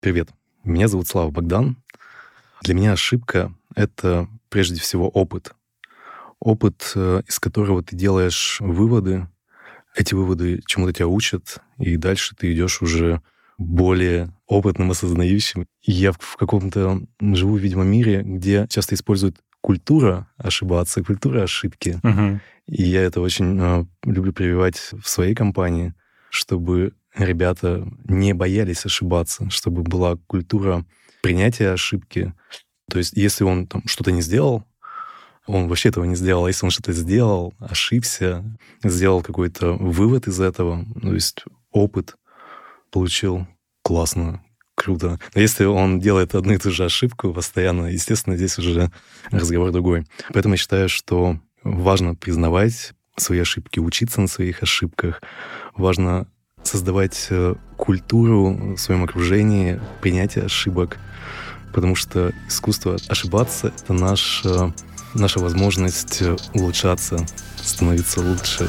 Привет, меня зовут Слава Богдан. Для меня ошибка — это прежде всего опыт. Опыт, из которого ты делаешь выводы. Эти выводы чему-то тебя учат, и дальше ты идешь уже более опытным, осознающим. И я в каком-то живу, видимо, мире, где часто используют культура ошибаться, культура ошибки. И я это очень люблю прививать в своей компании, чтобы ребята не боялись ошибаться, чтобы была культура принятия ошибки. То есть если он там что-то не сделал, он вообще этого не сделал. А если он что-то сделал, ошибся, сделал какой-то вывод из этого, то есть опыт получил, классно, круто. Но если он делает одну и ту же ошибку постоянно, естественно, здесь уже разговор другой. Поэтому я считаю, что важно признавать свои ошибки, учиться на своих ошибках. Важно создавать культуру в своем окружении, принятия ошибок, потому что искусство ошибаться — это наша возможность улучшаться, становиться лучше.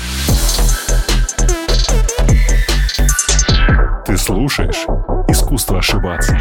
Ты слушаешь «Искусство ошибаться».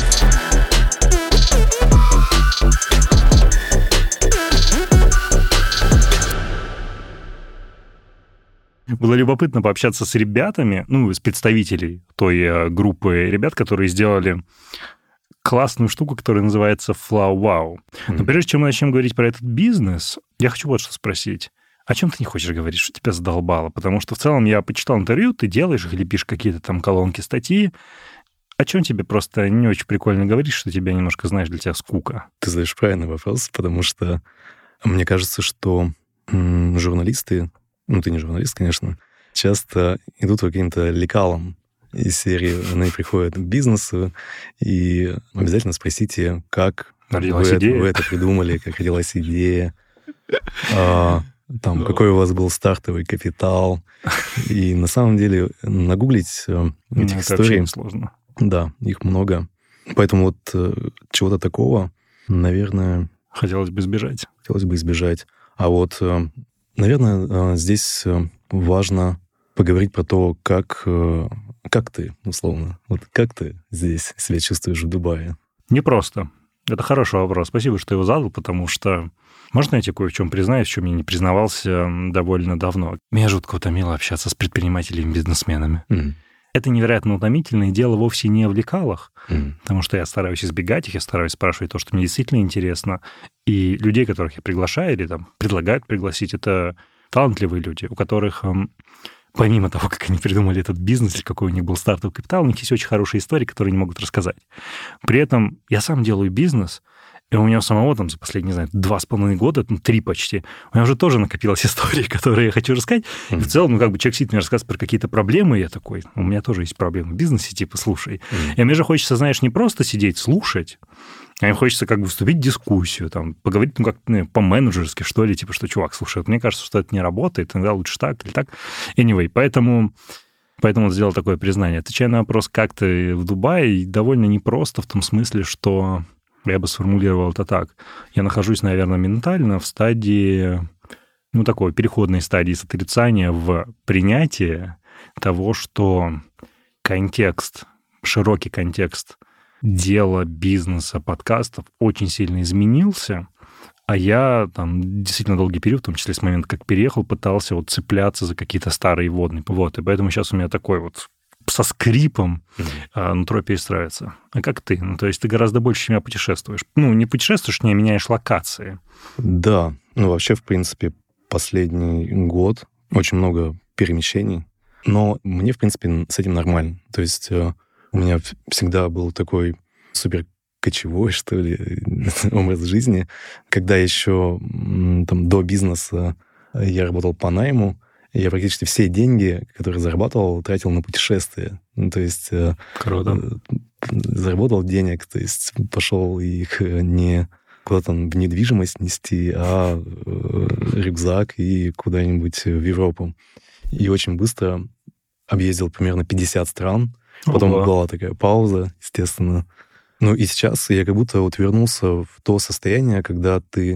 Было любопытно пообщаться с ребятами, с представителей той группы ребят, которые сделали классную штуку, которая называется Flow Wow. Но прежде чем мы начнем говорить про этот бизнес, я хочу вот что спросить. О чем ты не хочешь говорить, что тебя задолбало? Потому что в целом я почитал интервью, ты делаешь или пишешь какие-то там колонки, статьи. О чем тебе просто не очень прикольно говорить, что тебя немножко, знаешь, для тебя скука? Ты задаешь правильный вопрос, потому что мне кажется, что журналисты, ты не журналист, конечно, часто идут по каким-то лекалам из серии. Они приходят к бизнесу, и обязательно спросите, как вы это придумали, как родилась идея, какой у вас был стартовый капитал. И на самом деле нагуглить этих историй... Это сложно. Да, их много. Поэтому вот чего-то такого, наверное... Хотелось бы избежать. А вот, наверное, здесь важно поговорить про то, как ты, условно, вот как ты здесь себя чувствуешь в Дубае? Непросто. Это хороший вопрос. Спасибо, что ты его задал, потому что, можно я тебе кое в чем признаюсь, в чем я не признавался довольно давно? Меня жутко утомило общаться с предпринимателями и бизнесменами. Это невероятно утомительно, и дело вовсе не в лекалах, потому что я стараюсь избегать их, я стараюсь спрашивать то, что мне действительно интересно. И людей, которых я приглашаю или там предлагают пригласить, это талантливые люди, у которых... Помимо того, как они придумали этот бизнес, или какой у них был стартовый капитал, у них есть очень хорошие истории, которые они могут рассказать. При этом я сам делаю бизнес, и у меня самого там за последние, 2,5 года, 3 почти, у меня уже тоже накопилась история, которые я хочу рассказать. И в целом, человек сидит мне рассказывает про какие-то проблемы, и я такой, у меня тоже есть проблемы в бизнесе, слушай. И мне же хочется, не просто сидеть, слушать, а мне хочется вступить в дискуссию, поговорить, по-менеджерски, что ли, что, чувак, слушай, мне кажется, что это не работает, иногда лучше так или так. Anyway, поэтому вот сделал такое признание. Отвечая на вопрос, как ты в Дубае, довольно непросто в том смысле, что я бы сформулировал это так. Я нахожусь, наверное, ментально в стадии, такой переходной стадии с отрицания в принятие того, что широкий контекст дела, бизнеса, подкастов очень сильно изменился, а я действительно долгий период, в том числе с момента, как переехал, пытался цепляться за какие-то старые водные. И поэтому сейчас у меня такой со скрипом нутро перестраивается. А как ты? То есть ты гораздо больше, чем я, путешествуешь. Не путешествуешь, не меняешь локации. Да. Вообще, в принципе, последний год очень много перемещений. Но мне, в принципе, с этим нормально. То есть у меня всегда был такой супер кочевой, что ли, образ жизни. Когда еще до бизнеса я работал по найму, я практически все деньги, которые зарабатывал, тратил на путешествия. То есть... Круто. Заработал денег, то есть пошел их не куда-то в недвижимость нести, а рюкзак и куда-нибудь в Европу. И очень быстро объездил примерно 50 стран. Потом была такая пауза, естественно. И сейчас я как будто вернулся в то состояние, когда ты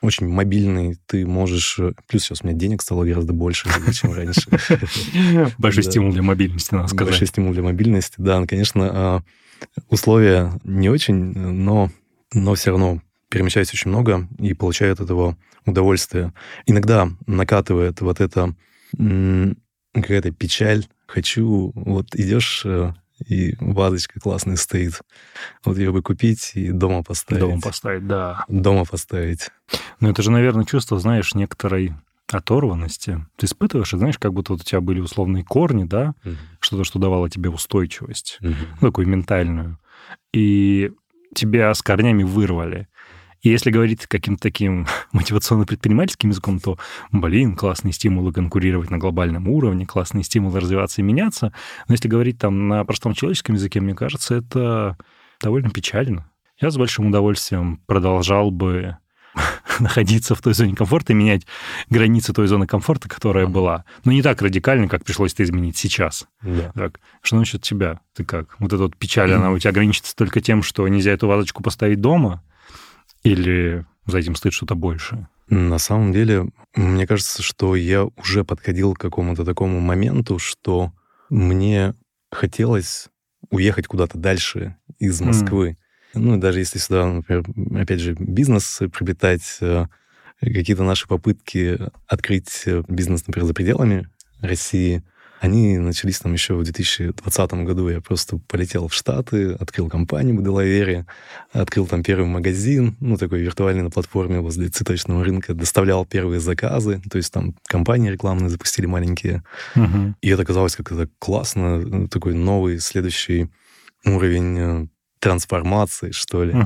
очень мобильный, ты можешь... Плюс сейчас у меня денег стало гораздо больше, чем раньше. Большой стимул для мобильности, надо сказать. Большой стимул для мобильности, да. Конечно, условия не очень, но все равно перемещаюсь очень много и получаю от этого удовольствие. Иногда накатывает вот это какая-то печаль. Хочу... Вот идешь... И вазочка классная стоит. Вот ее бы купить и дома поставить. Дома поставить, да. Дома поставить. Ну, это же, наверное, чувство, знаешь, некоторой оторванности. Ты испытываешь, знаешь, как будто вот у тебя были условные корни, да? Что-то, что давало тебе устойчивость, такую ментальную. И тебя с корнями вырвали. И если говорить каким-то таким мотивационно-предпринимательским языком, то, классные стимулы конкурировать на глобальном уровне, классные стимулы развиваться и меняться. Но если говорить там на простом человеческом языке, мне кажется, это довольно печально. Я с большим удовольствием продолжал бы находиться в той зоне комфорта и менять границы той зоны комфорта, которая была. Но не так радикально, как пришлось это изменить сейчас. Да. Так. Что насчет тебя? Ты как? Вот эта вот печаль, она у тебя ограничится только тем, что нельзя эту вазочку поставить дома? Или за этим стоит что-то большее? На самом деле, мне кажется, что я уже подходил к какому-то такому моменту, что мне хотелось уехать куда-то дальше из Москвы. Ну, даже если сюда, например, опять же, бизнес приобретать, какие-то наши попытки открыть бизнес, например, за пределами России, они начались там еще в 2020 году. Я просто полетел в Штаты, открыл компанию в Делавере, открыл там первый магазин, такой виртуальный на платформе возле цветочного рынка, доставлял первые заказы, то есть там компании рекламные запустили маленькие. И это казалось как-то классно, такой новый, следующий уровень трансформации, что ли.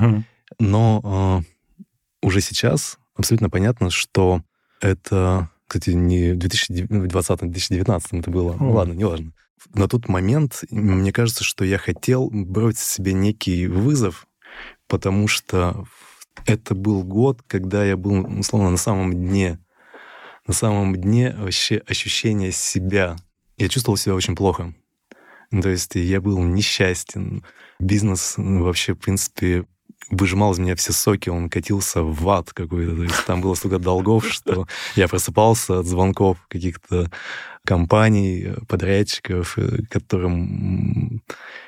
Но уже сейчас абсолютно понятно, что это... Кстати, не в 2020-2019 это было. Ну ладно, неважно. На тот момент, мне кажется, что я хотел бросить себе некий вызов, потому что это был год, когда я был, условно, на самом дне вообще ощущения себя. Я чувствовал себя очень плохо. То есть я был несчастен. Бизнес вообще, в принципе, выжимал из меня все соки, он катился в ад какой-то. То есть там было столько долгов, что я просыпался от звонков каких-то компаний, подрядчиков, которым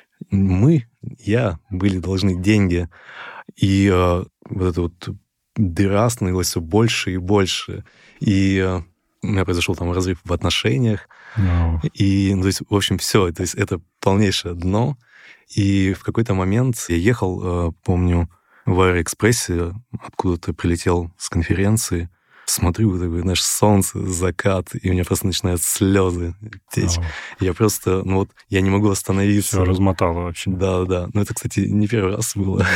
я были должны деньги. И вот эта вот дыра становилась все больше и больше. И у меня произошел там разрыв в отношениях. И, то есть, в общем, все. То есть это полнейшее дно. И в какой-то момент я ехал, помню, в Аэроэкспрессе, откуда-то прилетел с конференции, смотрю, такое, знаешь, солнце, закат, и у меня просто начинают слезы течь. Я просто, я не могу остановиться. Все размотало вообще. Да. Но это, кстати, не первый раз было.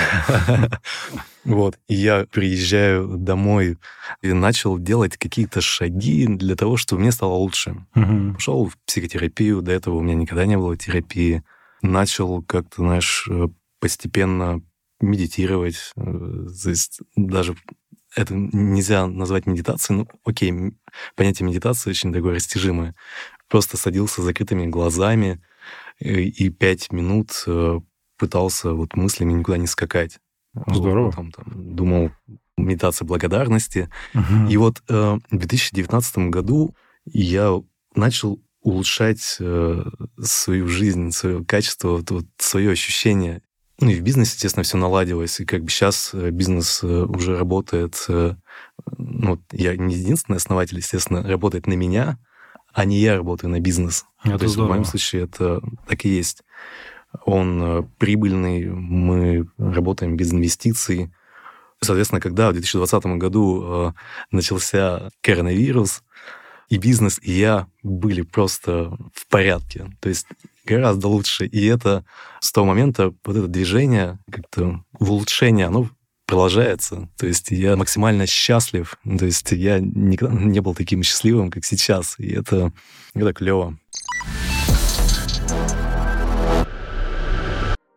Вот. И я приезжаю домой и начал делать какие-то шаги для того, чтобы мне стало лучше. Пошел в психотерапию, до этого у меня никогда не было терапии. Начал как-то, знаешь, постепенно медитировать. То есть даже это нельзя назвать медитацией. Окей, понятие медитации очень такое растяжимое. Просто садился с закрытыми глазами и 5 минут пытался мыслями никуда не скакать. Здорово. Потом, думал, медитация благодарности. И в 2019 году я начал улучшать свою жизнь, свое качество, свое ощущение. И в бизнесе, естественно, все наладилось. И сейчас бизнес уже работает... я не единственный основатель, естественно, работает на меня, а не я работаю на бизнес. Это То есть здорово. в моем случае это так и есть. Он прибыльный, мы работаем без инвестиций. Соответственно, когда в 2020 году начался коронавирус, и бизнес, и я были просто в порядке. То есть гораздо лучше. И это с того момента это движение, как-то в улучшение, оно продолжается. То есть я максимально счастлив. То есть я никогда не был таким счастливым, как сейчас. И это клево.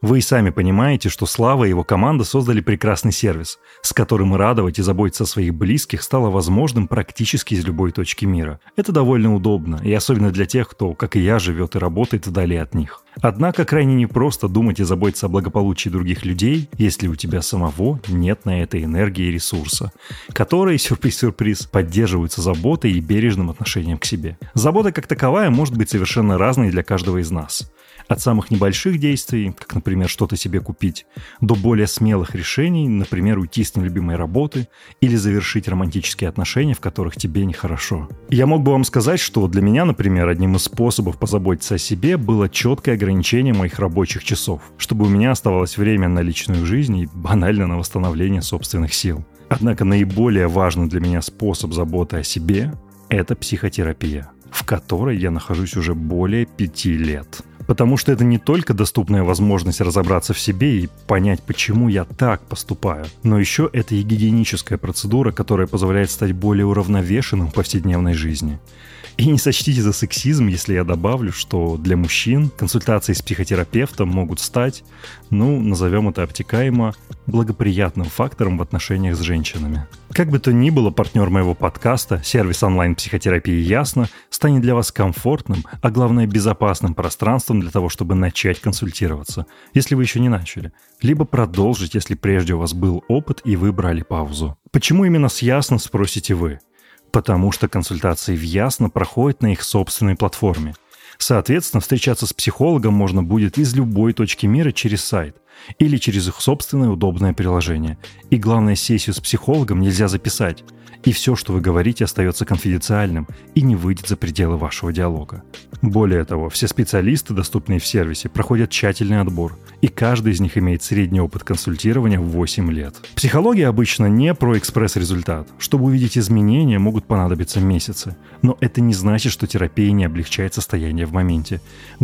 Вы и сами понимаете, что Слава и его команда создали прекрасный сервис, с которым радовать и заботиться о своих близких стало возможным практически из любой точки мира. Это довольно удобно, и особенно для тех, кто, как и я, живет и работает вдали от них. Однако крайне непросто думать и заботиться о благополучии других людей, если у тебя самого нет на это энергии и ресурса, которые, сюрприз-сюрприз, поддерживаются заботой и бережным отношением к себе. Забота как таковая может быть совершенно разной для каждого из нас. От самых небольших действий, как, например, что-то себе купить, до более смелых решений, например, уйти с нелюбимой работы или завершить романтические отношения, в которых тебе нехорошо. Я мог бы вам сказать, что для меня, например, одним из способов позаботиться о себе было четкое ограничение моих рабочих часов, чтобы у меня оставалось время на личную жизнь и банально на восстановление собственных сил. Однако наиболее важный для меня способ заботы о себе – это психотерапия, в которой я нахожусь уже более 5 лет. Потому что это не только доступная возможность разобраться в себе и понять, почему я так поступаю, но еще это и гигиеническая процедура, которая позволяет стать более уравновешенным в повседневной жизни. И не сочтите за сексизм, если я добавлю, что для мужчин консультации с психотерапевтом могут стать, назовем это обтекаемо, благоприятным фактором в отношениях с женщинами. Как бы то ни было, партнер моего подкаста, сервис онлайн-психотерапии «Ясно», станет для вас комфортным, а главное безопасным пространством для того, чтобы начать консультироваться, если вы еще не начали, либо продолжить, если прежде у вас был опыт и вы брали паузу. Почему именно с «Ясно», спросите вы? Потому что консультации в Ясно проходят на их собственной платформе. Соответственно, встречаться с психологом можно будет из любой точки мира через сайт или через их собственное удобное приложение. И главное, сессию с психологом нельзя записать. И все, что вы говорите, остается конфиденциальным и не выйдет за пределы вашего диалога. Более того, все специалисты, доступные в сервисе, проходят тщательный отбор, и каждый из них имеет средний опыт консультирования в 8 лет. Психология обычно не про экспресс-результат. Чтобы увидеть изменения, могут понадобиться месяцы. Но это не значит, что терапия не облегчает состояние в моменте.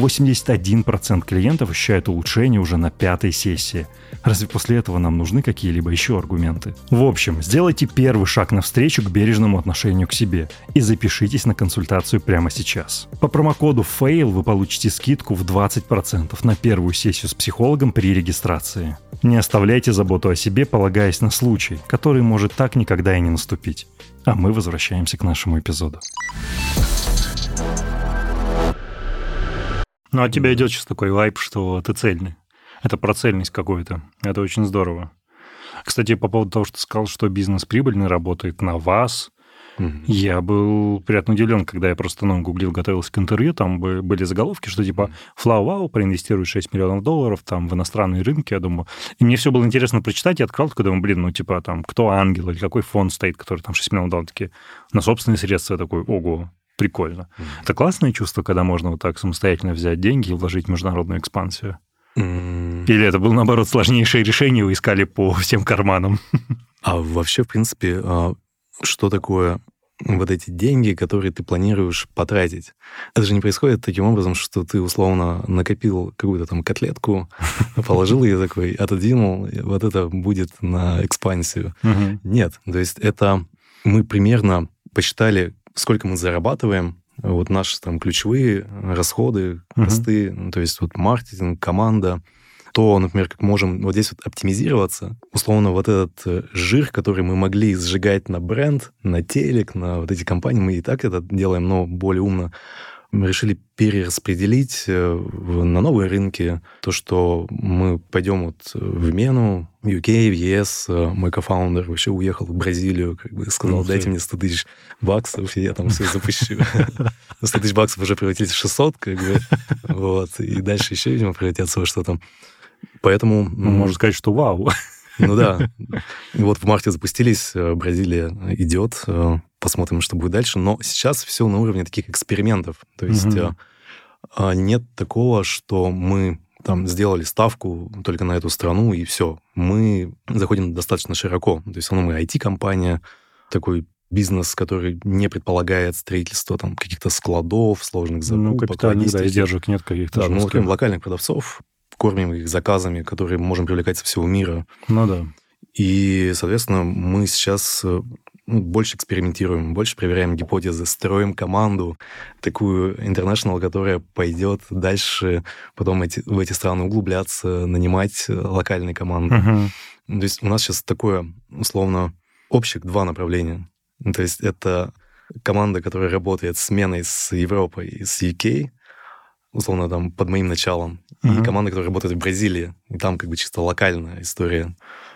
81% клиентов ощущают улучшение уже на 5-й сессии. Разве после этого нам нужны какие-либо еще аргументы? В общем, сделайте первый шаг навстречу к бережному отношению к себе и запишитесь на консультацию прямо сейчас. По промокоду FAIL вы получите скидку в 20% на первую сессию с психологом при регистрации. Не оставляйте заботу о себе, полагаясь на случай, который может так никогда и не наступить. А мы возвращаемся к нашему эпизоду. От тебя идет сейчас такой вайб, что ты цельный. Это про цельность какую-то. Это очень здорово. Кстати, по поводу того, что ты сказал, что бизнес прибыльный, работает на вас, я был приятно удивлен, когда я просто гуглил, готовился к интервью, там были заголовки, что типа FlowWow проинвестирует $6 миллионов там в иностранные рынки, я думаю. И мне все было интересно прочитать, я открыл, такой думаю, кто ангел или какой фонд стоит, который там 6 миллионов дал, такие на собственные средства. Я такой, ого, прикольно. Это классное чувство, когда можно вот так самостоятельно взять деньги и вложить в международную экспансию. Или это было, наоборот, сложнейшее решение, вы искали по всем карманам? А вообще, в принципе, что такое вот эти деньги, которые ты планируешь потратить? Это же не происходит таким образом, что ты, условно, накопил какую-то там котлетку, положил ее такой, отодвинул, вот это будет на экспансию. Нет, то есть это мы примерно посчитали, сколько мы зарабатываем, вот наши там ключевые расходы, косты, то есть вот маркетинг, команда, то, например, как можем вот здесь вот оптимизироваться. Условно, вот этот жир, который мы могли сжигать на бренд, на телек, на вот эти компании, мы и так это делаем, но более умно. Мы решили перераспределить на новые рынки то, что мы пойдем вот в Мену, в UK, в ЕС. Мой кофаундер вообще уехал в Бразилию, сказал, дайте мне $100 000, и я там все запущу. $100 000 уже превратились в 600, вот, и дальше еще, видимо, превратятся во что-то. Поэтому... можно сказать, что вау. Да. И вот в марте запустились, Бразилия идет, посмотрим, что будет дальше. Но сейчас все на уровне таких экспериментов. То есть нет такого, что мы там сделали ставку только на эту страну, и все. Мы заходим достаточно широко. То есть мы IT-компания, такой бизнес, который не предполагает строительство там каких-то складов, сложных закупок. Капитальных издержек нет каких-то. Да, мы локальных продавцов, кормим их заказами, которые можем привлекать со всего мира. Да. И, соответственно, мы сейчас больше экспериментируем, больше проверяем гипотезы, строим команду, такую international, которая пойдет дальше, потом в эти страны углубляться, нанимать локальные команды. То есть у нас сейчас такое, условно, общих два направления. То есть это команда, которая работает сменой с Европой и с UK, условно, там, под моим началом, и команда, которая работает в Бразилии, и там как бы чисто локальная история.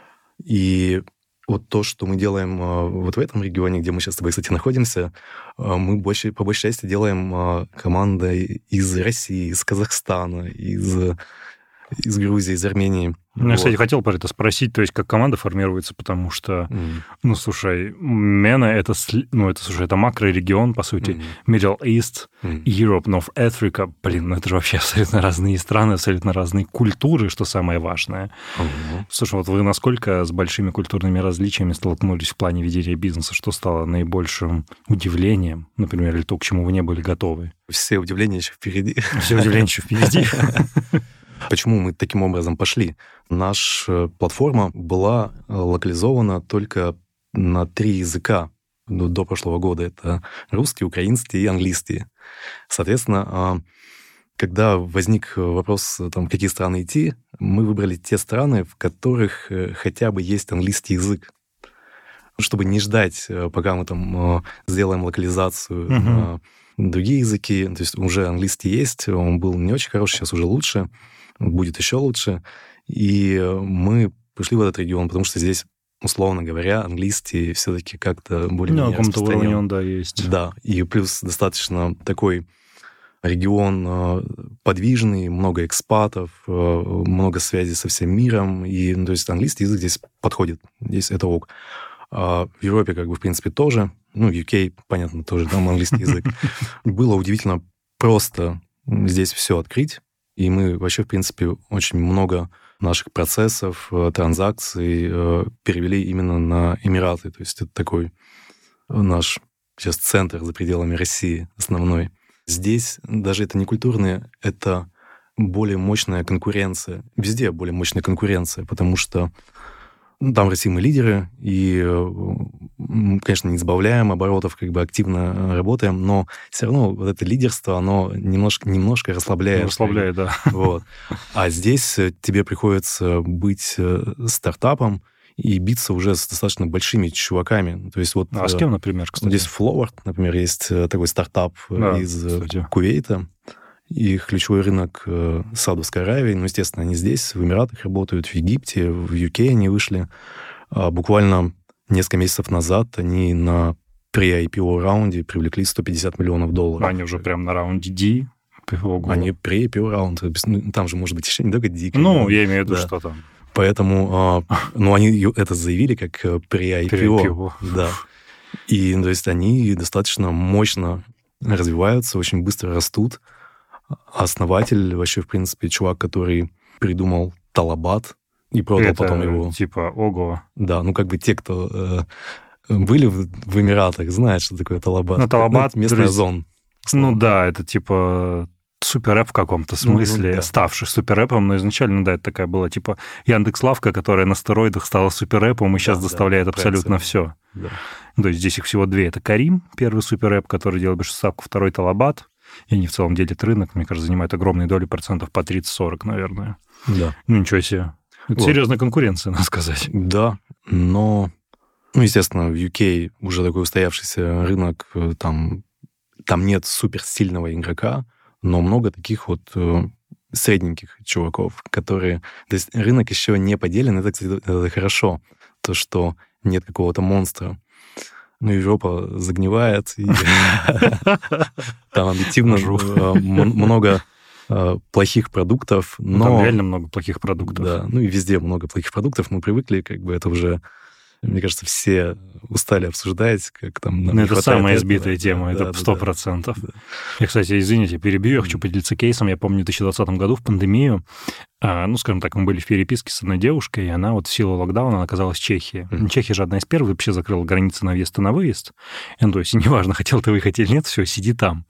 И вот то, что мы делаем вот в этом регионе, где мы сейчас с тобой, кстати, находимся, мы по большей части делаем командой из России, из Казахстана, из Грузии, из Армении. Я, кстати, хотел про это спросить, то есть как команда формируется, потому что, слушай, MENA это, это макрорегион, по сути, Middle East, Europe, North Africa, это же вообще абсолютно разные страны, абсолютно разные культуры, что самое важное. Слушай, вот вы насколько с большими культурными различиями столкнулись в плане ведения бизнеса? Что стало наибольшим удивлением, например, или то, к чему вы не были готовы? Все удивления еще впереди. Все удивления еще впереди. Почему мы таким образом пошли? Наша платформа была локализована только на 3 языка до прошлого года. Это русский, украинский и английский. Соответственно, когда возник вопрос, в какие страны идти, мы выбрали те страны, в которых хотя бы есть английский язык. Чтобы не ждать, пока мы сделаем локализацию на другие языки. То есть уже английский есть, он был не очень хороший, сейчас уже лучше. Будет еще лучше. И мы пришли в этот регион, потому что здесь, условно говоря, английский все-таки как-то более-менее распространен. Уровне, есть. Да, и плюс достаточно такой регион подвижный, много экспатов, много связей со всем миром. И, то есть английский язык здесь подходит, здесь это ок. А в Европе, в принципе, тоже. В UK, понятно, тоже там английский язык. Было удивительно просто здесь все открыть. И мы вообще, в принципе, очень много наших процессов, транзакций перевели именно на Эмираты. То есть это такой наш сейчас центр за пределами России основной. Здесь даже это не культурное, это более мощная конкуренция. Везде более мощная конкуренция, потому что там в России мы лидеры, и, конечно, не сбавляем оборотов, активно работаем, но все равно вот это лидерство, оно немножко расслабляет. Расслабляет, да. Вот. А здесь тебе приходится быть стартапом и биться уже с достаточно большими чуваками. То есть а с кем, например, кстати? Здесь Flowart, например, есть такой стартап из Кувейта. Их ключевой рынок Саудовской Аравии. Естественно, они здесь, в Эмиратах работают, в Египте, в UK они вышли. Буквально несколько месяцев назад они на pre-IPO раунде привлекли $150 миллионов. Они уже прям на раунде D? Они pre-IPO раунд. Там же, может быть, еще не только D. Я имею в виду, что там. Поэтому они это заявили как pre-IPO. Да. И, то есть, они достаточно мощно развиваются, очень быстро растут. Основатель, вообще, в принципе, чувак, который придумал Talabat и продал потом его. Типа, ого. Да, те, кто были в Эмиратах, знают, что такое Talabat. Talabat местный Озон. Да, это типа суперэп в каком-то смысле, ставший суперэпом, но изначально, это такая была типа Яндекс.Лавка, которая на стероидах стала суперэпом и сейчас доставляет абсолютно все. Да. То есть здесь их всего 2. Это Карим, первый суперэп, который делает большую ставку, второй Talabat. И они в целом делят рынок, мне кажется, занимают огромные доли процентов, по 30-40, наверное. Да. Ничего себе. Это серьезная конкуренция, надо сказать. Да, но, естественно, в UK уже такой устоявшийся рынок, там нет суперсильного игрока, но много таких средненьких чуваков, которые... То есть рынок еще не поделен, это, кстати, это хорошо, то, что нет какого-то монстра. Европа загнивает, и там объективно много плохих продуктов. Там реально много плохих продуктов. Да, и везде много плохих продуктов. Мы привыкли, это уже, мне кажется, все устали обсуждать, как там... это самая избитая тема, это 100%. Да. Я, кстати, извините, перебью, я хочу поделиться кейсом. Я помню, в 2020 году в пандемию, скажем так, мы были в переписке с одной девушкой, и она в силу локдауна оказалась в Чехии. Чехия же одна из первых вообще закрыла границы на въезд и на выезд. То есть неважно, хотел ты выехать или нет, все, сиди там.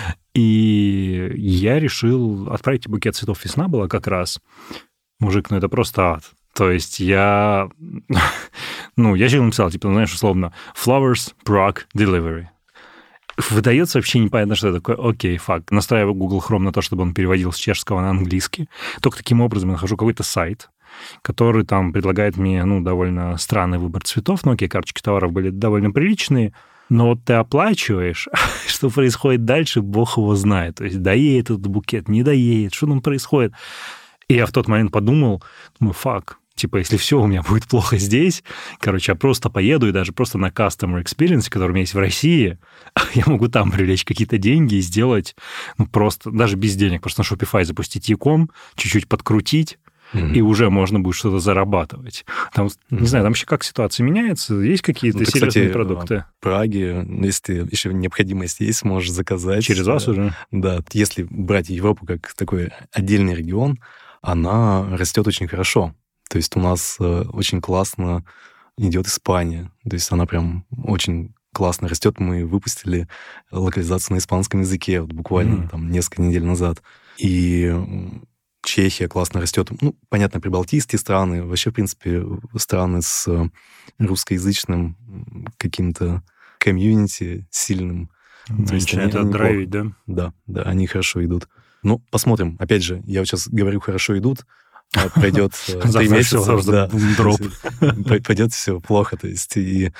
И я решил отправить букет цветов. Весна была как раз. Мужик, это просто ад. То есть я... Ну, я же написал, типа, знаешь, условно, Flowers, Prague, Delivery. Выдается вообще непонятно, что это такое. Окей, факт. Настраиваю Google Chrome на то, чтобы он переводил с чешского на английский. Только таким образом я нахожу какой-то сайт, который там предлагает мне, ну, довольно странный выбор цветов. Ну, окей, карточки товаров были довольно приличные, но вот ты оплачиваешь, что происходит дальше, бог его знает. То есть доедет этот букет, не доедет, что там происходит. И я в тот момент подумал, фак, типа, если все у меня будет плохо здесь, короче, я просто поеду и даже просто на customer experience, который у меня есть в России, я могу там привлечь какие-то деньги и сделать, ну, просто, даже без денег, просто на Shopify запустить e-com, чуть-чуть подкрутить, и уже можно будет что-то зарабатывать. Там, не знаю, там вообще как ситуация меняется? Есть какие-то серьезные продукты? В Праге, если еще необходимость есть, можешь заказать. Через вас уже? Да. Если брать Европу как такой отдельный регион, она растет очень хорошо. То есть у нас очень классно идет Испания. То есть она прям очень классно растет. Мы выпустили локализацию на испанском языке вот буквально там несколько недель назад. И Чехия классно растет. Ну, понятно, прибалтийские страны, вообще, в принципе, страны с русскоязычным каким-то комьюнити сильным. То есть это драйвить, да? Да, они хорошо идут. Ну, посмотрим. Опять же, я вот сейчас говорю, хорошо идут, пройдет 3 месяца, пойдет все плохо. То есть, и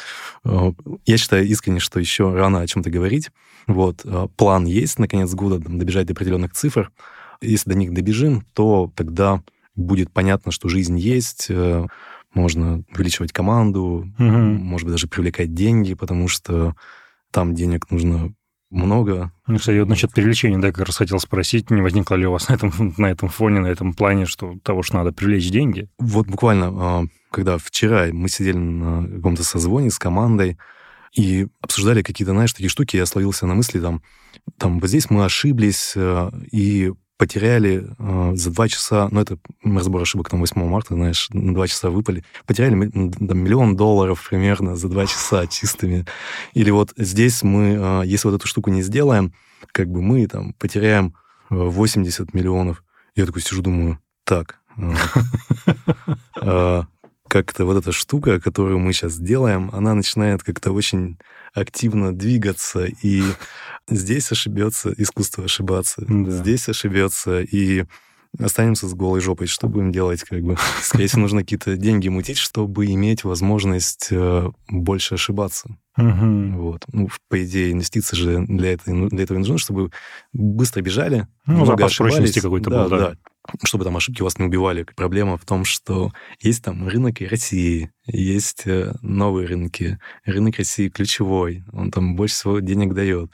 я считаю искренне, что еще рано о чем-то говорить. Вот, план есть, на конец года добежать до определенных цифр. Если до них добежим, то тогда будет понятно, что жизнь есть, можно увеличивать команду, может быть, даже привлекать деньги, потому что там денег нужно много. Ну, кстати, вот насчет привлечения, да, как раз хотел спросить, не возникло ли у вас на этом фоне, на этом плане, что того, что надо привлечь деньги? Вот буквально, когда вчера мы сидели на каком-то созвоне с командой и обсуждали какие-то, знаешь, такие штуки, я словился на мысли, там вот здесь мы ошиблись и потеряли за 2 часа, ну, это разбор ошибок там 8 марта, знаешь, на 2 часа выпали, потеряли там, $1 миллион примерно за 2 часа чистыми. Или вот здесь мы, если вот эту штуку не сделаем, как бы мы там потеряем 80 миллионов. Я такой сижу, думаю, так, как-то вот эта штука, которую мы сейчас делаем, она начинает как-то очень активно двигаться, и здесь ошибется искусство ошибаться, здесь ошибется, и останемся с голой жопой. Что будем делать? Как бы, скорее всего, нужно какие-то деньги мутить, чтобы иметь возможность больше ошибаться. Вот. Ну, по идее, инвестиции же для этого нужны, чтобы быстро бежали, много ошибались. Какой-то был, да. Чтобы там ошибки вас не убивали. Проблема в том, что есть там рынок России, есть новые рынки. Рынок России ключевой, он там больше всего денег дает.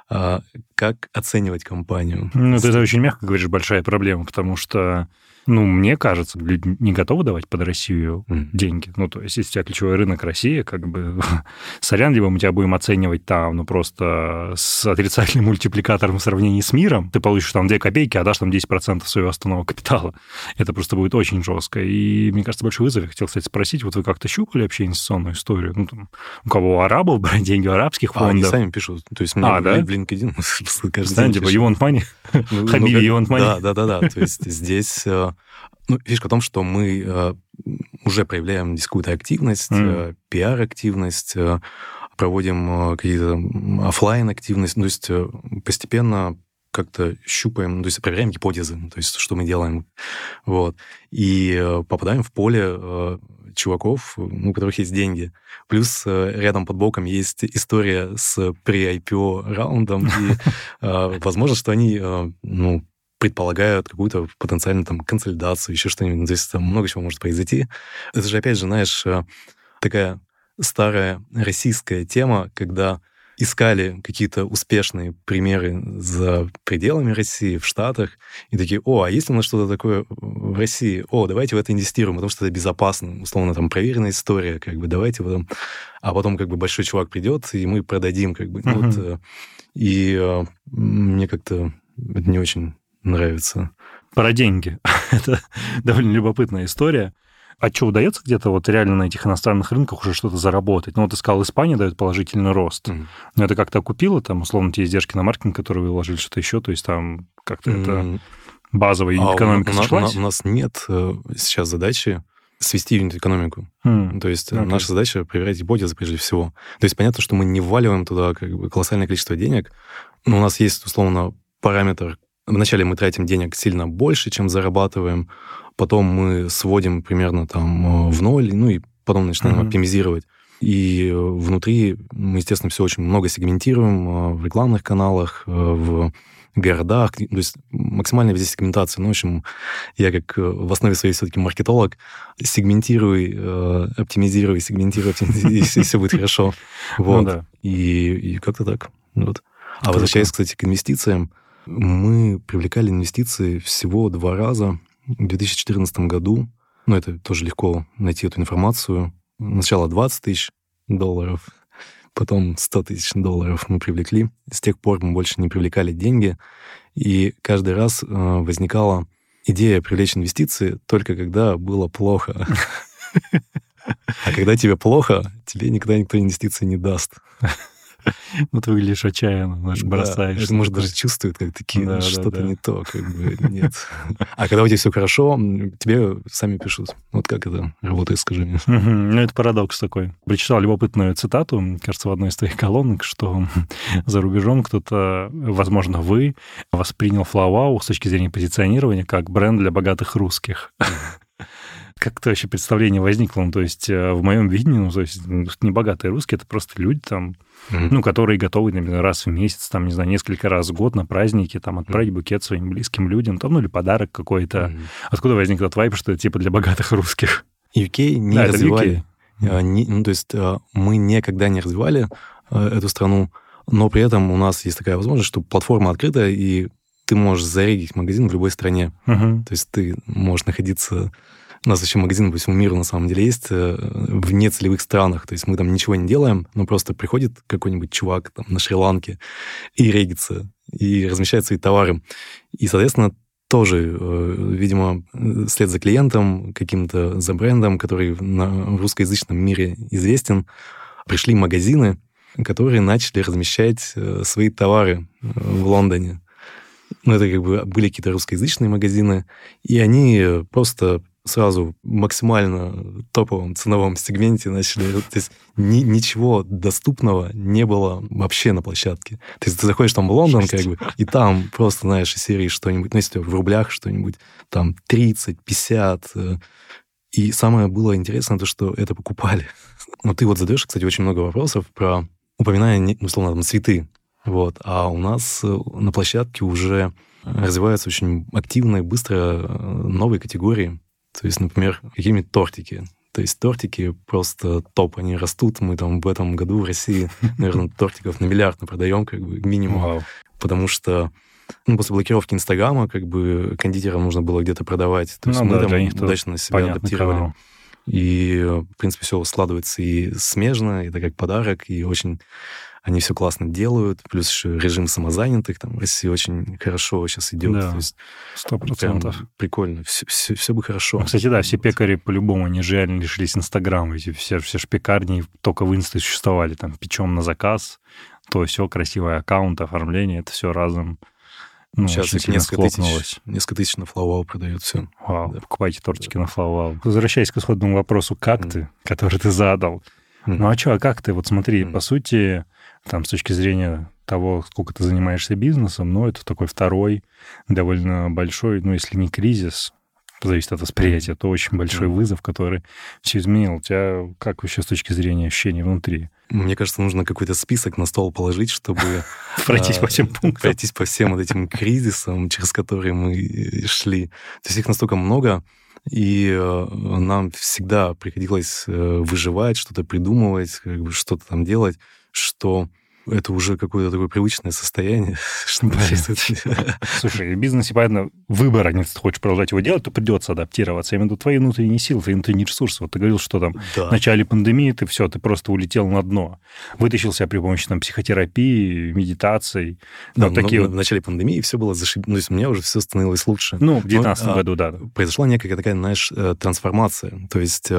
Как оценивать компанию? Ну, ты это очень мягко говоришь, большая проблема, потому что, ну, мне кажется, люди не готовы давать под Россию деньги. Ну, то есть, если у тебя ключевой рынок России, как бы, сорян, либо мы тебя будем оценивать там, ну, просто с отрицательным мультипликатором в сравнении с миром, ты получишь там 2 копейки, а дашь там 10% своего основного капитала. Это просто будет очень жестко. И, мне кажется, большой вызов. Я хотел, кстати, спросить, вот вы как-то щупали вообще инвестиционную историю? Ну, там, у кого у арабов брать деньги, у арабских фондов? Они сами пишут. То есть, мне в LinkedIn каждый день типа, you want money? Хабиби, you want money? Да. То есть, здесь... Ну, фишка в том, что мы уже проявляем здесь какую-то активность, пиар-активность, проводим какие-то офлайн-активности, то есть постепенно как-то щупаем, то есть проверяем гипотезы, то есть что мы делаем. Вот. И попадаем в поле чуваков, у которых есть деньги. Плюс рядом под боком есть история с pre-IPO раундом, и возможно, что они, ну, предполагают какую-то потенциальную там консолидацию, еще что-нибудь. Здесь там много чего может произойти. Это же, опять же, знаешь, такая старая российская тема, когда искали какие-то успешные примеры за пределами России, в Штатах, и такие, а есть у нас что-то такое в России? Давайте в это инвестируем, потому что это безопасно, условно, там, проверенная история, как бы, давайте в этом... А потом, как бы, большой чувак придет, и мы продадим, как бы. Вот, и мне как-то это не очень нравится. Про деньги. Это довольно любопытная история. А что, удается где-то вот реально на этих иностранных рынках уже что-то заработать? Ну, вот ты сказал, Испания дает положительный рост. Но это как-то окупило, там, условно, те издержки на маркетинг, которые вы вложили, что-то еще? То есть там как-то это базовая экономика сошлась? У нас нет сейчас задачи свести юнит-экономику. То есть наша задача проверять гипотезы прежде всего. То есть понятно, что мы не вваливаем туда как бы колоссальное количество денег, но у нас есть, условно, параметр. Вначале мы тратим денег сильно больше, чем зарабатываем, потом мы сводим примерно там в ноль, и потом начинаем оптимизировать. И внутри мы, естественно, все очень много сегментируем в рекламных каналах, в городах, то есть максимальная везде сегментация. В общем, я как в основе своей все-таки маркетолог, сегментируй, оптимизируй, и все будет хорошо. Вот. И как-то так. Вот. А возвращаясь, кстати, к инвестициям, мы привлекали инвестиции всего 2 раза в 2014 году. Это тоже легко найти эту информацию. Сначала $20 000, потом $100 000 мы привлекли. С тех пор мы больше не привлекали деньги. И каждый раз возникала идея привлечь инвестиции только когда было плохо. А когда тебе плохо, тебе никогда никто инвестиции не даст. Ты выглядишь отчаянно, бросаешь. Это, может, даже чувствует, как такие, что-то не то, как бы, нет. А когда у тебя все хорошо, тебе сами пишут. Вот как это работает, скажи мне. Это парадокс такой. Прочитал любопытную цитату, кажется, в одной из твоих колонок, что за рубежом кто-то, возможно, вы, воспринял FlowWow с точки зрения позиционирования как бренд для богатых русских. Как-то вообще представление возникло? То есть в моем видении, то есть небогатые русские, это просто люди там, которые готовы, например, раз в месяц, там, не знаю, несколько раз в год на праздники, там, отправить букет своим близким людям, там, или подарок какой-то. Откуда возник этот вайб, что это типа для богатых русских? UK не развивали. То есть мы никогда не развивали эту страну, но при этом у нас есть такая возможность, что платформа открыта, и ты можешь зарегить магазин в любой стране. То есть ты можешь находиться... У нас вообще магазины по всему миру на самом деле есть в нецелевых странах. То есть мы там ничего не делаем, но просто приходит какой-нибудь чувак там на Шри-Ланке и регится, и размещает свои товары. И, соответственно, тоже, видимо, вслед за клиентом, каким-то за брендом, который в русскоязычном мире известен, пришли магазины, которые начали размещать свои товары в Лондоне. Это как бы были какие-то русскоязычные магазины, и они просто сразу в максимально топовом ценовом сегменте начали... То есть ничего доступного не было вообще на площадке. То есть ты заходишь там в Лондон, как бы, и там просто, знаешь, из серии что-нибудь, если в рублях что-нибудь, там 30, 50. И самое было интересное, то, что это покупали. Ты задаешь, кстати, очень много вопросов про упоминание, условно, там, цветы. А у нас на площадке уже развиваются очень активно и быстро новые категории. То есть, например, какие-нибудь тортики. То есть тортики просто топ, они растут. Мы там в этом году в России, наверное, тортиков на 1 миллиард продаем, как бы минимум. Вау. Потому что после блокировки Инстаграма как бы кондитерам нужно было где-то продавать. То есть мы там удачно себя адаптировали. Канал. И, в принципе, все складывается и смежно, это как подарок, и очень... Они все классно делают, плюс еще режим самозанятых там в России очень хорошо сейчас идет. Да, то есть 100%. Прикольно, все бы хорошо. Кстати, да, все пекари по-любому, они же реально лишились Инстаграма. Все пекарни только в Инсте существовали. Там печем на заказ, то все, красивый аккаунт, оформление, это все разом. Сейчас их несколько тысяч на FlowWow продают все. Вау, да. Покупайте тортики на FlowWow. Возвращаясь к исходному вопросу, как ты, который ты задал. Как ты? Смотри, по сути, там, с точки зрения того, сколько ты занимаешься бизнесом, это такой второй, довольно большой, если не кризис, зависит от восприятия, то очень большой вызов, который все изменил. У тебя как вообще с точки зрения ощущений внутри? Мне кажется, нужно какой-то список на стол положить, чтобы... Пройтись по всем пунктам. Пройтись по всем этим кризисам, через которые мы шли. То есть их настолько много, и нам всегда приходилось выживать, что-то придумывать, что-то там делать, что это уже какое-то такое привычное состояние. Слушай, в бизнесе, понятно, выбора нет. Если ты хочешь продолжать его делать, то придется адаптироваться. Я имею в виду твои внутренние силы, твои внутренние ресурсы. Ты говорил, что там в начале пандемии ты просто улетел на дно. Вытащил себя при помощи психотерапии, медитаций. В начале пандемии все было зашибись. То есть у меня уже все становилось лучше. В 2019 году, да. Произошла некая такая, трансформация. То есть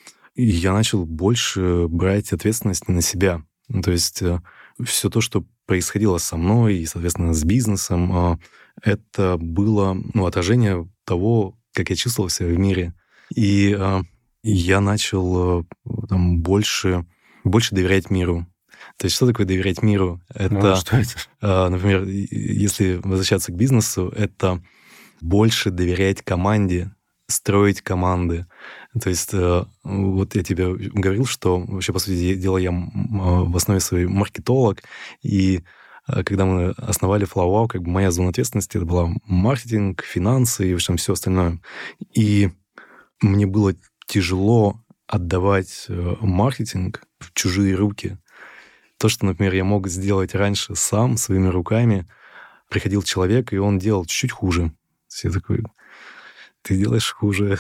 я начал больше брать ответственность на себя. То есть все то, что происходило со мной и, соответственно, с бизнесом, это было отражение того, как я чувствовал себя в мире. И я начал там больше доверять миру. То есть что такое доверять миру? Это, что это? Например, если возвращаться к бизнесу, это больше доверять команде, строить команды. То есть вот я тебе говорил, что вообще, по сути дела, я в основе своей маркетолог, и когда мы основали FlowWow, как бы моя зона ответственности это была маркетинг, финансы и в общем все остальное. И мне было тяжело отдавать маркетинг в чужие руки. То, что, например, я мог сделать раньше сам, своими руками, приходил человек, и он делал чуть-чуть хуже. Все такой, ты делаешь хуже.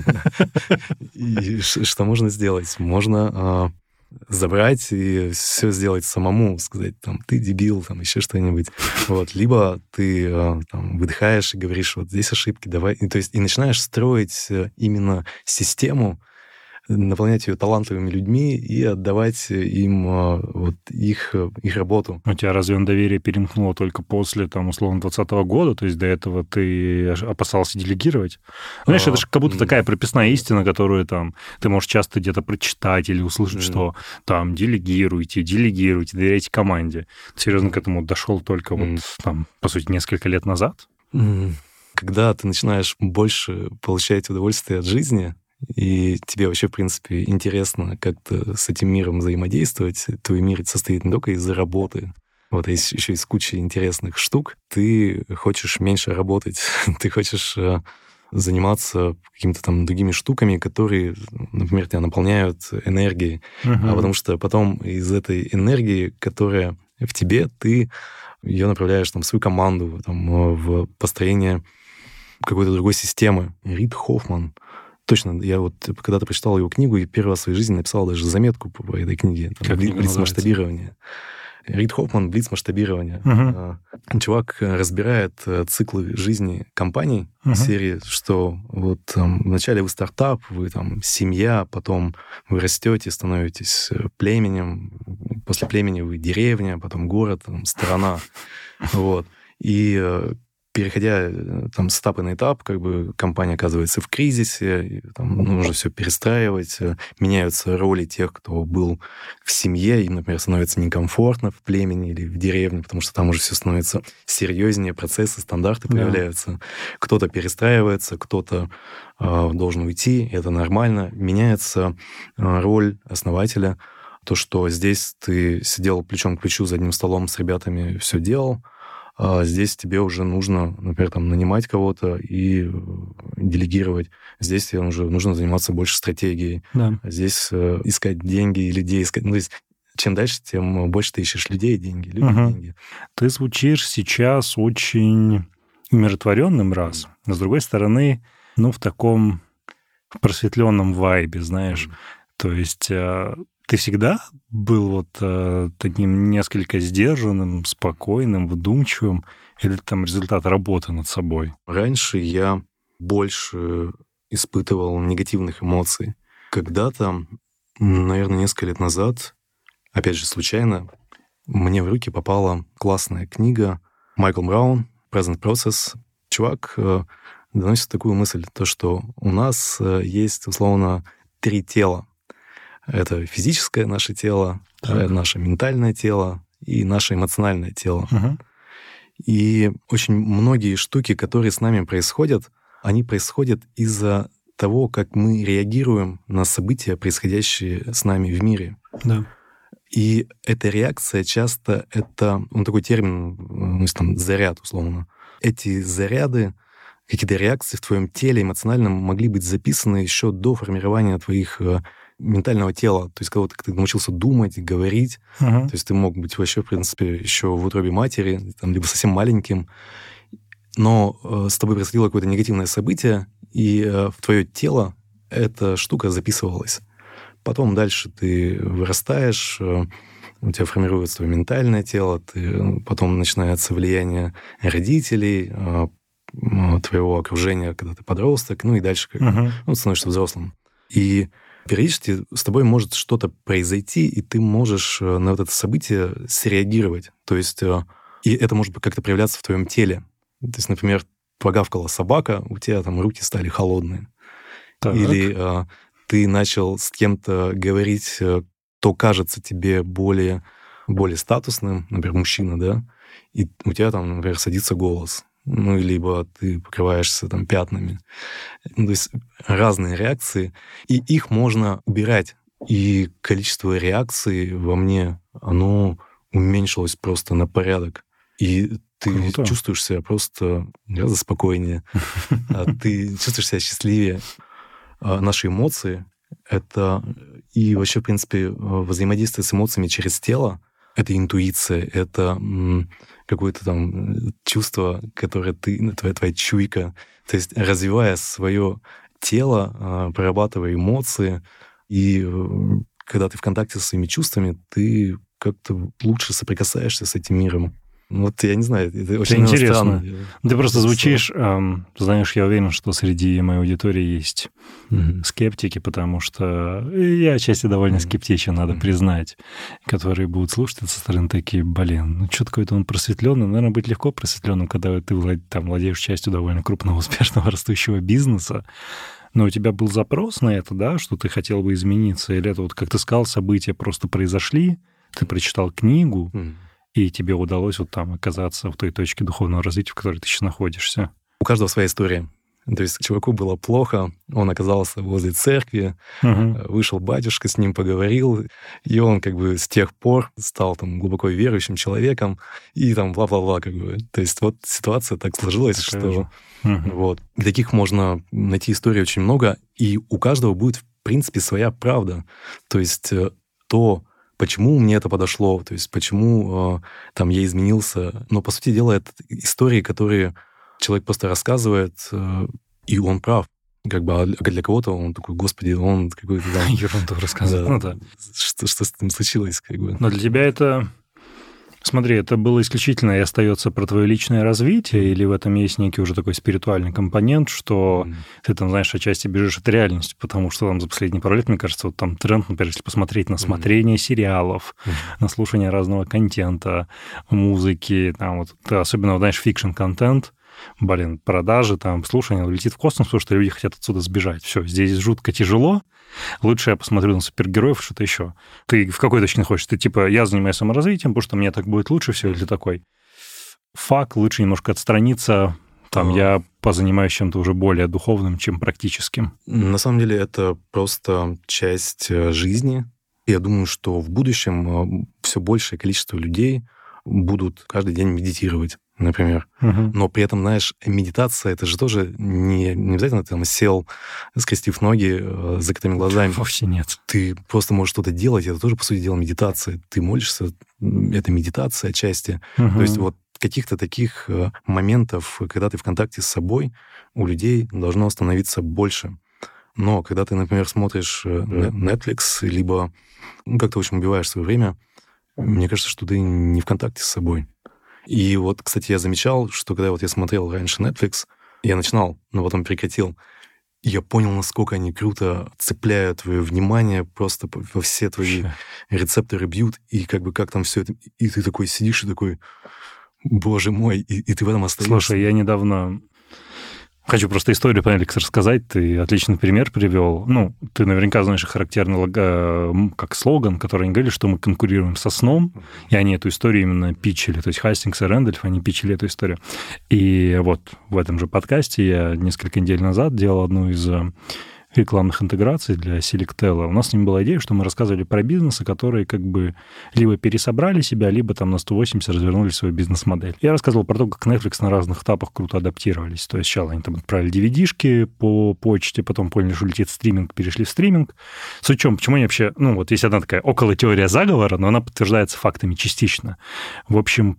И что можно сделать? Можно забрать и все сделать самому, сказать, там, ты дебил, там, еще что-нибудь. Вот. Либо ты там, выдыхаешь и говоришь, вот здесь ошибки, давай. И, то есть, и начинаешь строить именно систему, наполнять ее талантливыми людьми и отдавать им вот их работу. У тебя разве доверие перемкнуло только после, там, условно, 2020 года? То есть до этого ты опасался делегировать? Знаешь, это же как будто такая прописная истина, которую там ты можешь часто где-то прочитать или услышать, что там делегируйте, доверяйте команде. Ты серьезно к этому дошел только вот там, по сути, несколько лет назад? Когда ты начинаешь больше получать удовольствие от жизни, и тебе вообще, в принципе, интересно как-то с этим миром взаимодействовать. Твой мир состоит не только из работы, вот, а еще из кучи интересных штук. Ты хочешь меньше работать, ты хочешь заниматься какими-то там другими штуками, которые, например, тебя наполняют энергией. А потому что потом из этой энергии, которая в тебе, ты ее направляешь там, в свою команду, там, в построение какой-то другой системы. Рид Хоффман. Точно, я вот когда-то прочитал его книгу и первый раз в своей жизни написал даже заметку по этой книге. Блиц-масштабирование. Рид Хоффман, блиц-масштабирование. Чувак разбирает циклы жизни компаний серии, что вот там, вначале вы стартап, вы там семья, потом вы растете, становитесь племенем, после племени вы деревня, потом город, там, страна. Вот. И переходя там, с этапа на этап, как бы компания оказывается в кризисе, там, нужно все перестраивать, меняются роли тех, кто был в семье, им, например, становится некомфортно в племени или в деревне, потому что там уже все становится серьезнее, процессы, стандарты появляются. Кто-то перестраивается, кто-то должен уйти, это нормально. Меняется роль основателя, то, что здесь ты сидел плечом к плечу за одним столом с ребятами, все делал, а здесь тебе уже нужно, например, там, нанимать кого-то и делегировать. Здесь тебе уже нужно заниматься больше стратегией. Да. Здесь искать деньги и людей искать. Ну, то есть чем дальше, тем больше ты ищешь людей и деньги, деньги. Ты звучишь сейчас очень умиротворенным раз, но, с другой стороны, ну, в таком просветленном вайбе, знаешь. То есть ты всегда был вот таким несколько сдержанным, спокойным, вдумчивым, или там результат работы над собой? Раньше я больше испытывал негативных эмоций. Когда-то, наверное, несколько лет назад, опять же, случайно, мне в руки попала классная книга Майкл Браун «Present Process». Чувак доносит такую мысль, то, что у нас есть, условно, 3 тела. Это физическое наше тело, наше ментальное тело и наше эмоциональное тело. И очень многие штуки, которые с нами происходят, они происходят из-за того, как мы реагируем на события, происходящие с нами в мире. Да. И эта реакция часто это, такой термин, ну, там, заряд, условно. Эти заряды, какие-то реакции в твоем теле эмоциональном могли быть записаны еще до формирования твоих ментального тела. То есть, когда ты научился думать, говорить, то есть ты мог быть вообще, в принципе, еще в утробе матери, там, либо совсем маленьким, но с тобой происходило какое-то негативное событие, и в твое тело эта штука записывалась. Потом дальше ты вырастаешь, у тебя формируется твое ментальное тело, потом начинается влияние родителей, твоего окружения, когда ты подросток, ну и дальше становишься взрослым. И периодически с тобой может что-то произойти, и ты можешь на вот это событие среагировать. То есть и это может как-то проявляться в твоем теле. То есть, например, погавкала собака, у тебя там руки стали холодные. Так. Или ты начал с кем-то говорить, кто кажется тебе более статусным, например, мужчина, да, и у тебя там, например, садится голос, ну, либо ты покрываешься там пятнами. То есть разные реакции, и их можно убирать. И количество реакций во мне, оно уменьшилось просто на порядок. И ты Круто. чувствуешь себя просто гораздо спокойнее, ты чувствуешь себя счастливее. Наши эмоции — это и вообще, в принципе, взаимодействие с эмоциями через тело — это интуиция, это какое-то там чувство, которое твоя чуйка. То есть развивая свое тело, прорабатывая эмоции, и когда ты в контакте со своими чувствами, ты как-то лучше соприкасаешься с этим миром. Вот я не знаю, это очень интересно. Странно. Ты просто звучишь, знаешь, я уверен, что среди моей аудитории есть скептики, потому что я отчасти довольно скептичен, надо признать, которые будут слушать это со стороны такие, ну что такое-то он просветленный. Наверное, быть легко просветленным, когда ты владеешь частью довольно крупного, успешного, растущего бизнеса. Но у тебя был запрос на это, да, что ты хотел бы измениться? Или это, вот, как ты сказал, события просто произошли, ты прочитал книгу, и тебе удалось вот там оказаться в той точке духовного развития, в которой ты сейчас находишься? У каждого своя история. То есть чуваку было плохо, он оказался возле церкви, вышел батюшка, с ним поговорил, и он как бы с тех пор стал там глубоко верующим человеком, и там бла-бла-бла как бы. То есть вот ситуация так сложилась, что вот. Таких можно найти историй очень много, и у каждого будет, в принципе, своя правда. То есть почему мне это подошло, то есть почему там я изменился. Но, по сути дела, это истории, которые человек просто рассказывает, и он прав. Как бы, а для кого-то он такой, господи, он какой-то там... Ерунду рассказывает. Да, что с этим случилось, как бы. Но для тебя это... Смотри, это было исключительно и остается про твое личное развитие, или в этом есть некий уже такой спиритуальный компонент, что ты там, знаешь, отчасти бежишь от реальности, потому что там за последние пару лет, мне кажется, вот там тренд, например, если посмотреть на смотрение сериалов, на слушание разного контента, музыки, там вот, особенно, знаешь, фикшн-контент, продажи, там, слушание летит в космос, потому что люди хотят отсюда сбежать. Все, здесь жутко тяжело, лучше я посмотрю на супергероев, что-то еще. Ты в какой точке находишься? Ты типа, я занимаюсь саморазвитием, потому что мне так будет лучше все, или такой? Лучше немножко отстраниться, там, я позанимаюсь чем-то уже более духовным, чем практическим. На самом деле это просто часть жизни. Я думаю, что в будущем все большее количество людей будут каждый день медитировать, например. Но при этом, знаешь, медитация — это же тоже не обязательно ты там сел, скрестив ноги, с закрытыми глазами. Вовсе нет. Ты просто можешь что-то делать, это тоже, по сути дела, медитация. Ты молишься, это медитация отчасти. То есть вот каких-то таких моментов, когда ты в контакте с собой, у людей должно становиться больше. Но когда ты, например, смотришь Netflix, либо как-то очень убиваешь свое время, мне кажется, что ты не в контакте с собой. И вот, кстати, я замечал, что когда вот я смотрел раньше Netflix, я начинал, но потом прекратил, и я понял, насколько они круто цепляют твое внимание, просто во все твои рецепторы бьют, и как бы как там все это... И ты такой сидишь и такой, боже мой, и ты в этом остаешься. Слушай, я недавно... Хочу просто историю про Netflix рассказать. Ты отличный пример привел. Ну, ты наверняка знаешь характерный как слоган, который они говорили, что мы конкурируем со сном, и они эту историю именно питчили. То есть Хастингс и Рэндольф, они питчили эту историю. И вот в этом же подкасте я несколько недель назад делал одну из рекламных интеграций для Selectel. У нас с ним была идея, что мы рассказывали про бизнесы, которые как бы либо пересобрали себя, либо там на 180 развернули свою бизнес-модель. Я рассказывал про то, как Netflix на разных этапах круто адаптировались. То есть сначала они там отправили DVD-шки по почте, потом поняли, что летит стриминг, перешли в стриминг. Суть в чем, почему они вообще... Ну, вот есть одна такая около теория заговора, но она подтверждается фактами частично. В общем,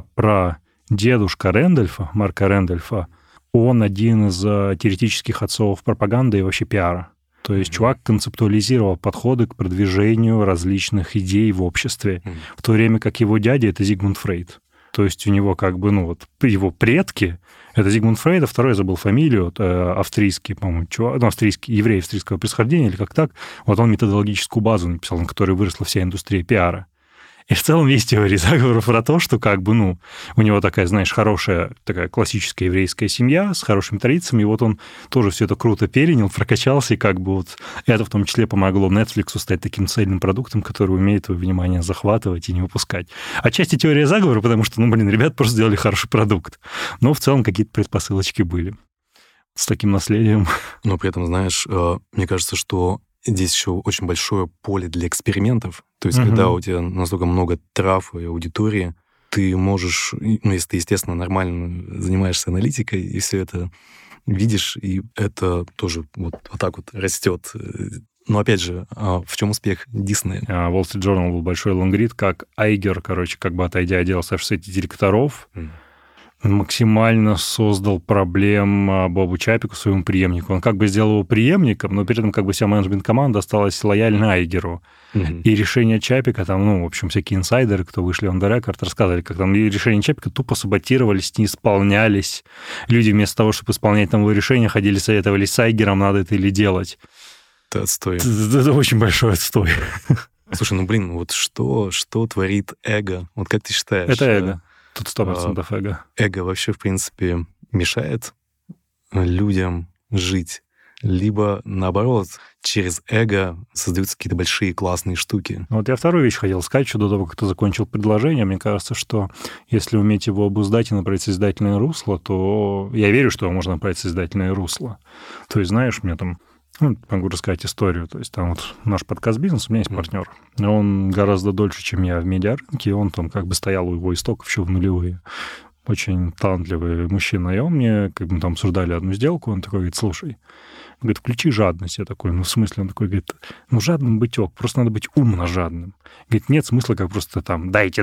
дедушка Рэндольфа, Марка Рэндольфа, он один из теоретических отцов пропаганды и вообще пиара. То есть чувак концептуализировал подходы к продвижению различных идей в обществе, в то время как его дядя — это Зигмунд Фрейд. То есть у него как бы, ну вот, его предки — это Зигмунд Фрейд, а второй, я забыл фамилию, австрийский, по-моему, чувак, еврей австрийского происхождения или как так. Вот он методологическую базу написал, на которой выросла вся индустрия пиара. И в целом есть теория заговора про то, что как бы, ну, у него такая, знаешь, хорошая, такая классическая еврейская семья с хорошими традициями, и вот он тоже все это круто перенял, прокачался, и как бы вот это в том числе помогло Netflix стать таким цельным продуктом, который умеет твое внимание захватывать и не выпускать. Отчасти теория заговора, потому что, ну, блин, ребят просто сделали хороший продукт. Но в целом какие-то предпосылочки были с таким наследием. Но при этом, знаешь, мне кажется, что здесь еще очень большое поле для экспериментов. То есть, когда у тебя настолько много трав и аудитории, ты можешь, ну, если ты, естественно, нормально занимаешься аналитикой, и все это видишь, и это тоже вот так вот растет. Но, опять же, в чем успех Диснея? Wall Street Journal был большой лонгрид, как Айгер, короче, как бы отойдя от дела сети директоров, максимально создал проблем Бобу Чапику, своему преемнику. Он как бы сделал его преемником, но при этом как бы вся менеджмент-команда осталась лояльна Айгеру. И решение Чапика, там, ну, в общем, всякие инсайдеры, кто вышли on the record, рассказывали, как там решения Чапика тупо саботировались, не исполнялись. Люди вместо того, чтобы исполнять там его решения, ходили, советовались с Айгером, надо это или делать. Это отстой. Это очень большой отстой. Слушай, ну, блин, вот что творит эго? Вот как ты считаешь? Это эго. Тут 100% эго. Эго вообще, в принципе, мешает людям жить? Либо, наоборот, через эго создаются какие-то большие классные штуки? Вот я вторую вещь хотел сказать, еще до того, как ты закончил предложение. Мне кажется, что если уметь его обуздать и направить в созидательное русло, то я верю, что его можно направить в созидательное русло. То есть, знаешь, мне там... Ну, могу рассказать историю. То есть там вот наш подкаст «Бизнес», у меня есть партнер. Он гораздо дольше, чем я в медиарынке, и он там как бы стоял у его истоков еще в нулевые. Очень талантливый мужчина. И он мне, как бы там обсуждали одну сделку, он такой говорит, слушай, говорит, включи жадность. Я такой, ну, в смысле? Он такой говорит, ну, жадным быть ок, просто надо быть умно жадным. Говорит, нет смысла как просто там дайте.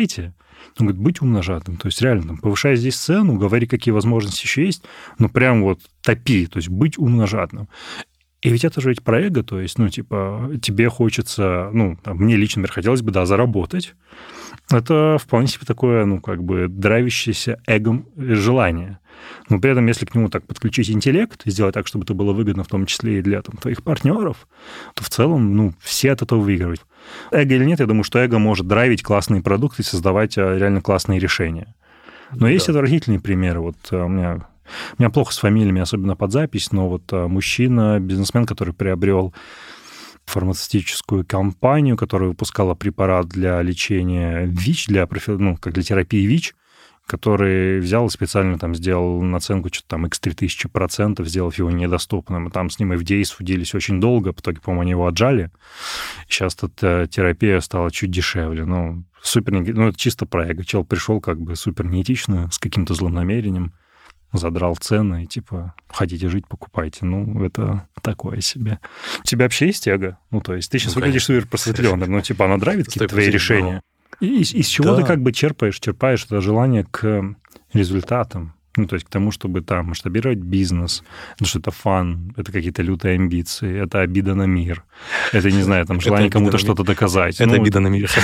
Он говорит, быть умно жадным. То есть реально там повышай здесь цену, говори, какие возможности еще есть, но прям вот топи, то есть быть умно жадным. И ведь это же ведь про эго, то есть, ну, типа, тебе хочется, ну, мне лично, например, хотелось бы, да, заработать. Это вполне себе такое, ну, как бы драйвящееся эгом желание. Но при этом, если к нему так подключить интеллект и сделать так, чтобы это было выгодно, в том числе и для там, твоих партнеров, то в целом, ну, все от этого выигрывают. Эго или нет, я думаю, что эго может драйвить классные продукты и создавать реально классные решения. Но есть отвратительные примеры. Вот у меня плохо с фамилиями, особенно под запись, но вот мужчина, бизнесмен, который приобрел фармацевтическую компанию, которая выпускала препарат для лечения ВИЧ, как для терапии ВИЧ, который взял и специально там сделал наценку что-то там x3000%, сделав его недоступным. И там с ним FDA судились очень долго, в итоге, по-моему, они его отжали. Сейчас эта терапия стала чуть дешевле. Ну, супер, ну, это чисто про эго. Чел пришел как бы супер неэтично, с каким-то злым намерением, задрал цены и типа, хотите жить, покупайте. Ну, это такое себе. У тебя вообще есть эго? Ну, то есть ты сейчас выглядишь супер просветленным, но типа она драйвит какие-то твои решения. И из чего ты как бы черпаешь это желание к результатам? Ну, то есть к тому, чтобы там масштабировать бизнес, потому что это фан, это какие-то лютые амбиции, это обида на мир, это, не знаю, там желание кому-то что-то доказать. Это обида на мир.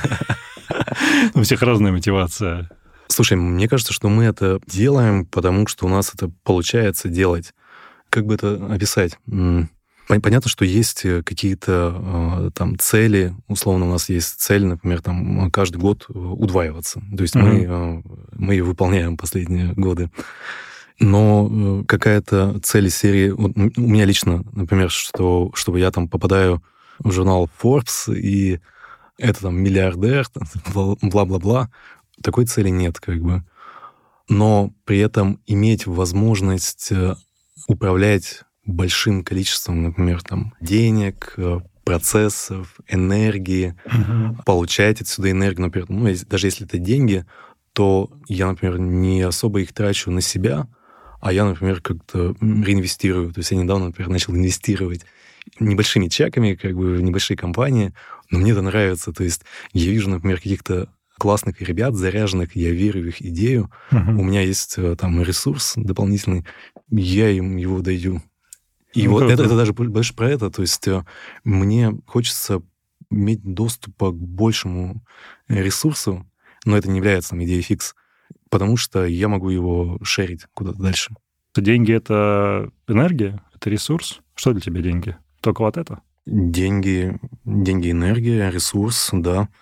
У всех разная мотивация. Слушай, мне кажется, что мы это делаем, потому что у нас это получается делать. Как бы это описать? Понятно, что есть какие-то там цели. Условно, у нас есть цель, например, там каждый год удваиваться. То есть мы ее выполняем последние годы. Но какая-то цель из серии... Вот у меня лично, например, чтобы я там попадаю в журнал Forbes, и это там миллиардер, бла-бла-бла. Такой цели нет, как бы. Но при этом иметь возможность управлять большим количеством, например, там, денег, процессов, энергии, получать отсюда энергию, например, ну, даже если это деньги, то я, например, не особо их трачу на себя, а я, например, как-то реинвестирую. То есть я недавно, например, начал инвестировать небольшими чеками, как бы в небольшие компании, но мне это нравится. То есть я вижу, например, каких-то классных ребят, заряженных, я верю в их идею, у меня есть там ресурс дополнительный, я им его даю. И вот это даже больше про это, то есть мне хочется иметь доступ к большему ресурсу, но это не является там идеей фикс, потому что я могу его шерить куда-то дальше. Деньги — это энергия, это ресурс? Что для тебя деньги? Только вот это? Деньги, энергия, ресурс, да.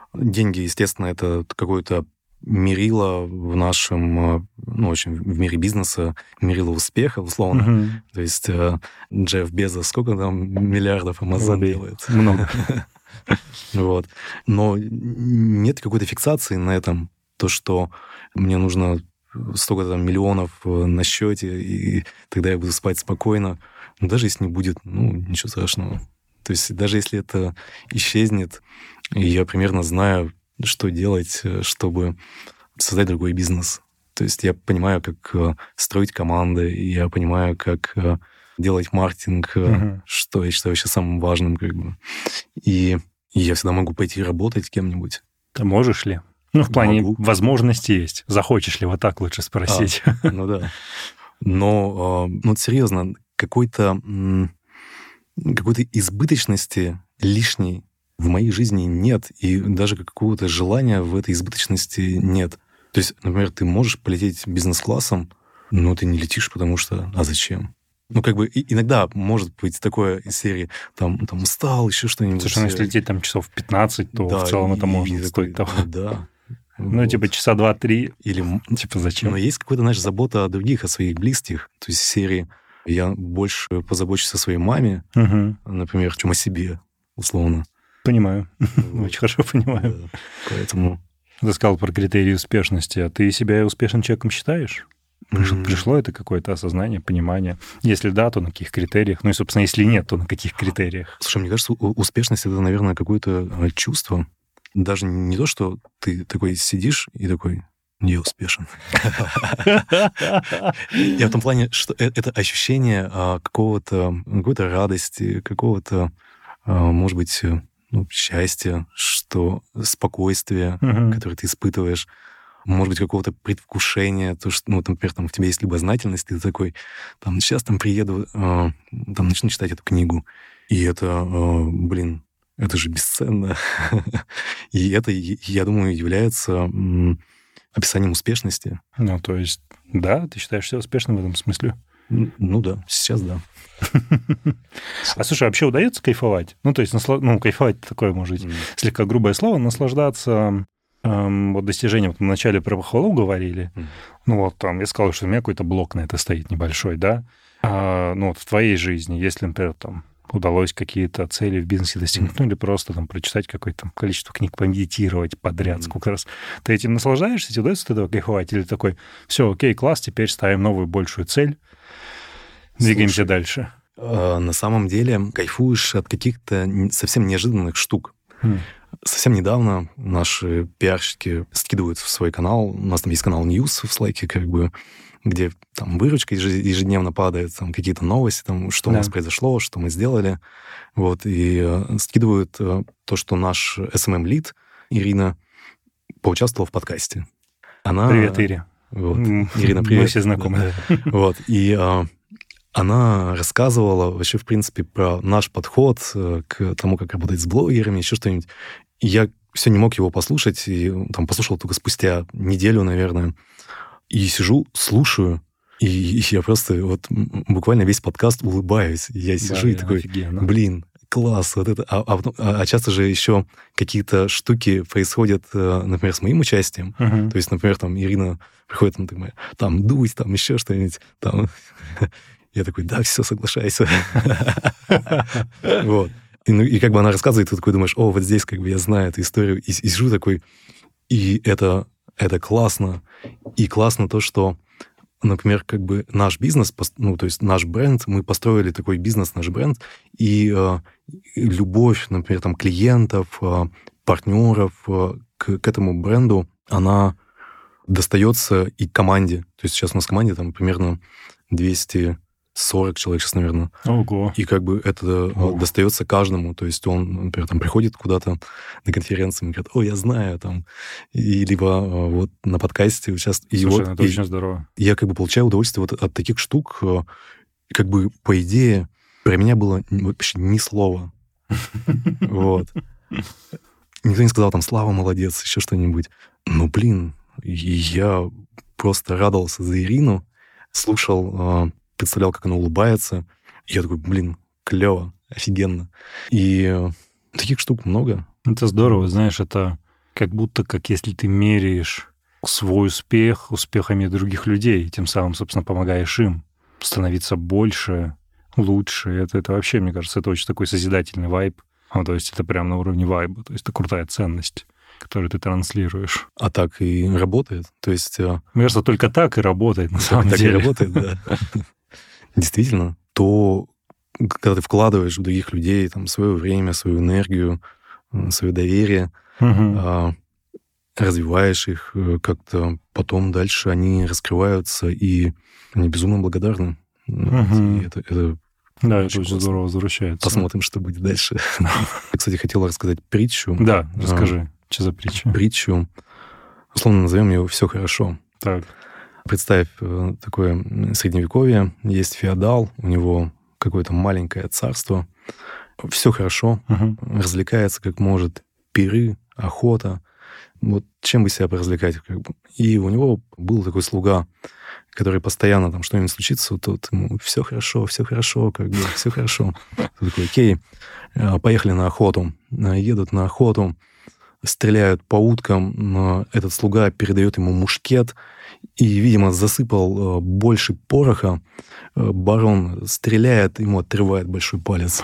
деньги, естественно, это какое-то мерило в нашем, ну, в общем, в мире бизнеса, мерило успеха, условно. То есть Джефф Безос, сколько там миллиардов Amazon делает? Много. Вот. Но нет какой-то фиксации на этом, то, что мне нужно столько там миллионов на счете, и тогда я буду спать спокойно. Но даже если не будет, ну, ничего страшного. То есть даже если это исчезнет, я примерно знаю, что делать, чтобы создать другой бизнес. То есть я понимаю, как строить команды, я понимаю, как делать маркетинг, что я считаю сейчас самым важным, как бы. И я всегда могу пойти работать кем-нибудь. Ты можешь ли? Ну, в плане возможности есть. Захочешь ли, вот так лучше спросить. Ну да. Но, ну, серьезно, какой-то избыточности лишней в моей жизни нет, и даже какого-то желания в этой избыточности нет. То есть, например, ты можешь полететь бизнес-классом, но ты не летишь, потому что... А зачем? Ну, как бы иногда может быть такое из серии, там устал, еще что-нибудь. Слушай, ну, если лететь там часов 15, то да, в целом это можно стоить того. Да. Ну, вот. Типа часа 2-3. Или типа зачем? Но есть какая-то, знаешь, забота о других, о своих близких. То есть из серии я больше позабочусь о своей маме, например, чем о себе, условно. Понимаю. Очень хорошо понимаю. Да. Поэтому... Ты сказал про критерии успешности. А ты себя успешным человеком считаешь? Пришло это какое-то осознание, понимание? Если да, то на каких критериях? Ну и, собственно, если нет, то на каких критериях? Слушай, мне кажется, успешность — это, наверное, какое-то чувство. Даже не то, что ты такой сидишь и такой... Я успешен. Я в том плане, что это ощущение какой-то радости, какого-то, может быть, счастья, что спокойствие, которое ты испытываешь, может быть, какого-то предвкушения, то, что, ну, например, там, в тебе есть любознательность, ты такой, там, сейчас там приеду, там, начну читать эту книгу, и это, блин, это же бесценно. И это, я думаю, является описанием успешности. Ну, то есть, да, ты считаешь себя успешным в этом смысле? Ну да, сейчас да. А слушай, вообще удается кайфовать? Ну, то есть, кайфовать такое, может быть, слегка грубое слово, наслаждаться вот достижением. Мы вначале про похвалу говорили. Ну, вот там я сказал, что у меня какой-то блок на это стоит небольшой, да? Ну, вот в твоей жизни, если, например, там удалось какие-то цели в бизнесе достигнуть, ну, или просто там прочитать какое-то количество книг, помедитировать подряд, сколько раз. Ты этим наслаждаешься, тебе удается от этого кайфовать? Или такой, все, окей, класс, теперь ставим новую большую цель, двигаемся дальше? На самом деле кайфуешь от каких-то совсем неожиданных штук. Совсем недавно наши пиарщики скидывают в свой канал, у нас там есть канал News в Slack, как бы, где там выручка ежедневно падает, там какие-то новости, там, что у нас произошло, что мы сделали. Вот, и скидывают то, что наш SMM-лид Ирина поучаствовала в подкасте. Привет, Ири. Вот. Ирина, привет. Мы все знакомы. Вот, и она рассказывала вообще, в принципе, про наш подход к тому, как работать с блогерами, еще что-нибудь. И я все не мог его послушать, и там послушал только спустя неделю, наверное. И сижу, слушаю, и я просто вот буквально весь подкаст улыбаюсь. Я сижу и такой, блин, класс, вот это. А часто же еще какие-то штуки происходят, например, с моим участием. То есть, например, там Ирина приходит, там дуть, там еще что-нибудь, там... Я такой, да, все, соглашайся. Вот. И как бы она рассказывает, ты такой думаешь, о, вот здесь как бы я знаю эту историю. И сижу такой, и это классно. И классно то, что, например, как бы наш бизнес, ну, то есть наш бренд, мы построили такой бизнес, наш бренд, и любовь, например, там, клиентов, партнеров к этому бренду, она достается и команде. То есть сейчас у нас в команде там примерно 240 человек сейчас, наверное. Ого. И как бы это достается каждому. То есть он, например, там приходит куда-то на конференцию и говорит, о, я знаю, там, и либо вот на подкасте участвует. Слушай, это очень здорово. Я как бы получаю удовольствие вот от таких штук. Как бы, по идее, про меня было вообще ни слова. Вот. Никто не сказал там, Слава, молодец, еще что-нибудь. Ну, блин, я просто радовался за Ирину, слушал, представлял, как она улыбается. И я такой, блин, клево, офигенно. И таких штук много. Это здорово, знаешь, это как будто как если ты меряешь свой успех успехами других людей, тем самым, собственно, помогаешь им становиться больше, лучше. Это вообще, мне кажется, это очень такой созидательный вайб. То есть это прям на уровне вайба. То есть это крутая ценность, которую ты транслируешь. А так и работает. То есть... Мне кажется, только так и работает, на самом деле. Так и работает, да. Действительно, то, когда ты вкладываешь в других людей там, свое время, свою энергию, свое доверие, развиваешь их как-то, потом дальше они раскрываются, и они безумно благодарны. И это да, это очень здорово возвращается. Посмотрим, что будет дальше. Я, кстати, хотел рассказать притчу. Да, расскажи, что за притча? Притчу, условно назовем ее «Все хорошо». Так. Представь такое средневековье, есть феодал, у него какое-то маленькое царство, все хорошо, развлекается как может, пиры, охота, вот чем бы себя поразвлекать. Как бы. И у него был такой слуга, который постоянно там что-нибудь случится, тот ему все хорошо, как бы, все хорошо. Ты такой, окей, поехали на охоту. Едут на охоту, стреляют по уткам, этот слуга передает ему мушкет и, видимо, засыпал больше пороха. Барон стреляет, ему отрывает большой палец.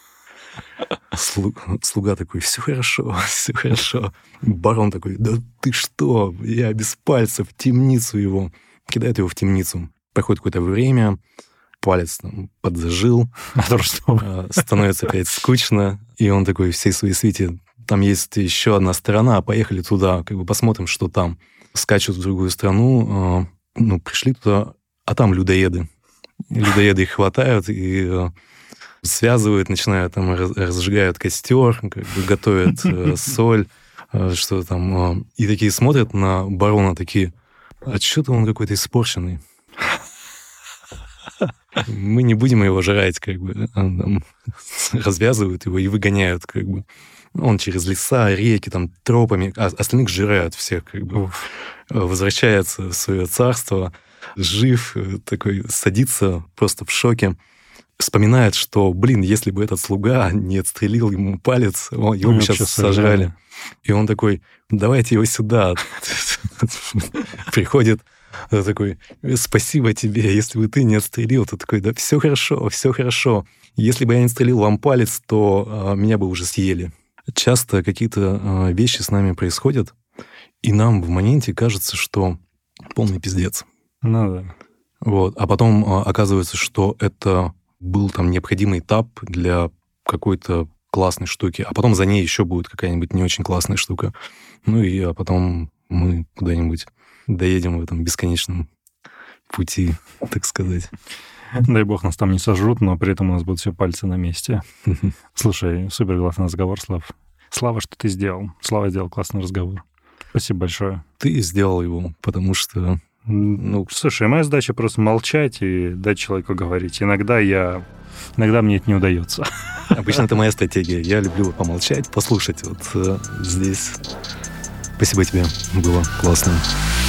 Слуга такой, все хорошо, все хорошо. Барон такой, да ты что, я без пальца в темницу его. Кидает его в темницу. Проходит какое-то время, палец там подзажил, становится опять скучно, и он такой всей своей свите, там есть еще одна сторона, поехали туда, как бы посмотрим, что там. Скачут в другую страну, пришли туда, а там людоеды. Людоеды их хватают и связывают, начинают там, разжигают костер, как бы готовят соль, что там. И такие смотрят на барона, такие, а что-то он какой-то испорченный. Мы не будем его жрать, как бы. Там, развязывают его и выгоняют, как бы. Он через леса, реки, там, тропами, а остальных жирают всех, как бы. Возвращается в свое царство, жив, такой, садится просто в шоке. Вспоминает, что, если бы этот слуга не отстрелил ему палец, его бы сейчас сожрали. И он такой, давайте его сюда. Приходит такой, спасибо тебе, если бы ты не отстрелил. Ты такой, да все хорошо, все хорошо. Если бы я не отстрелил вам палец, то меня бы уже съели. Часто какие-то вещи с нами происходят, и нам в моменте кажется, что полный пиздец. Да. Вот. А потом оказывается, что это был там необходимый этап для какой-то классной штуки, а потом за ней еще будет какая-нибудь не очень классная штука. А потом мы куда-нибудь доедем в этом бесконечном пути, так сказать. Дай бог, нас там не сожрут, но при этом у нас будут все пальцы на месте. Слушай, супер классный разговор, Слав. Слава, что ты сделал. Слава сделал классный разговор. Спасибо большое. Ты сделал его, потому что... Слушай, моя задача просто молчать и дать человеку говорить. Иногда мне это не удается. Обычно это моя стратегия. Я люблю помолчать, послушать. Вот здесь. Спасибо тебе. Было классно.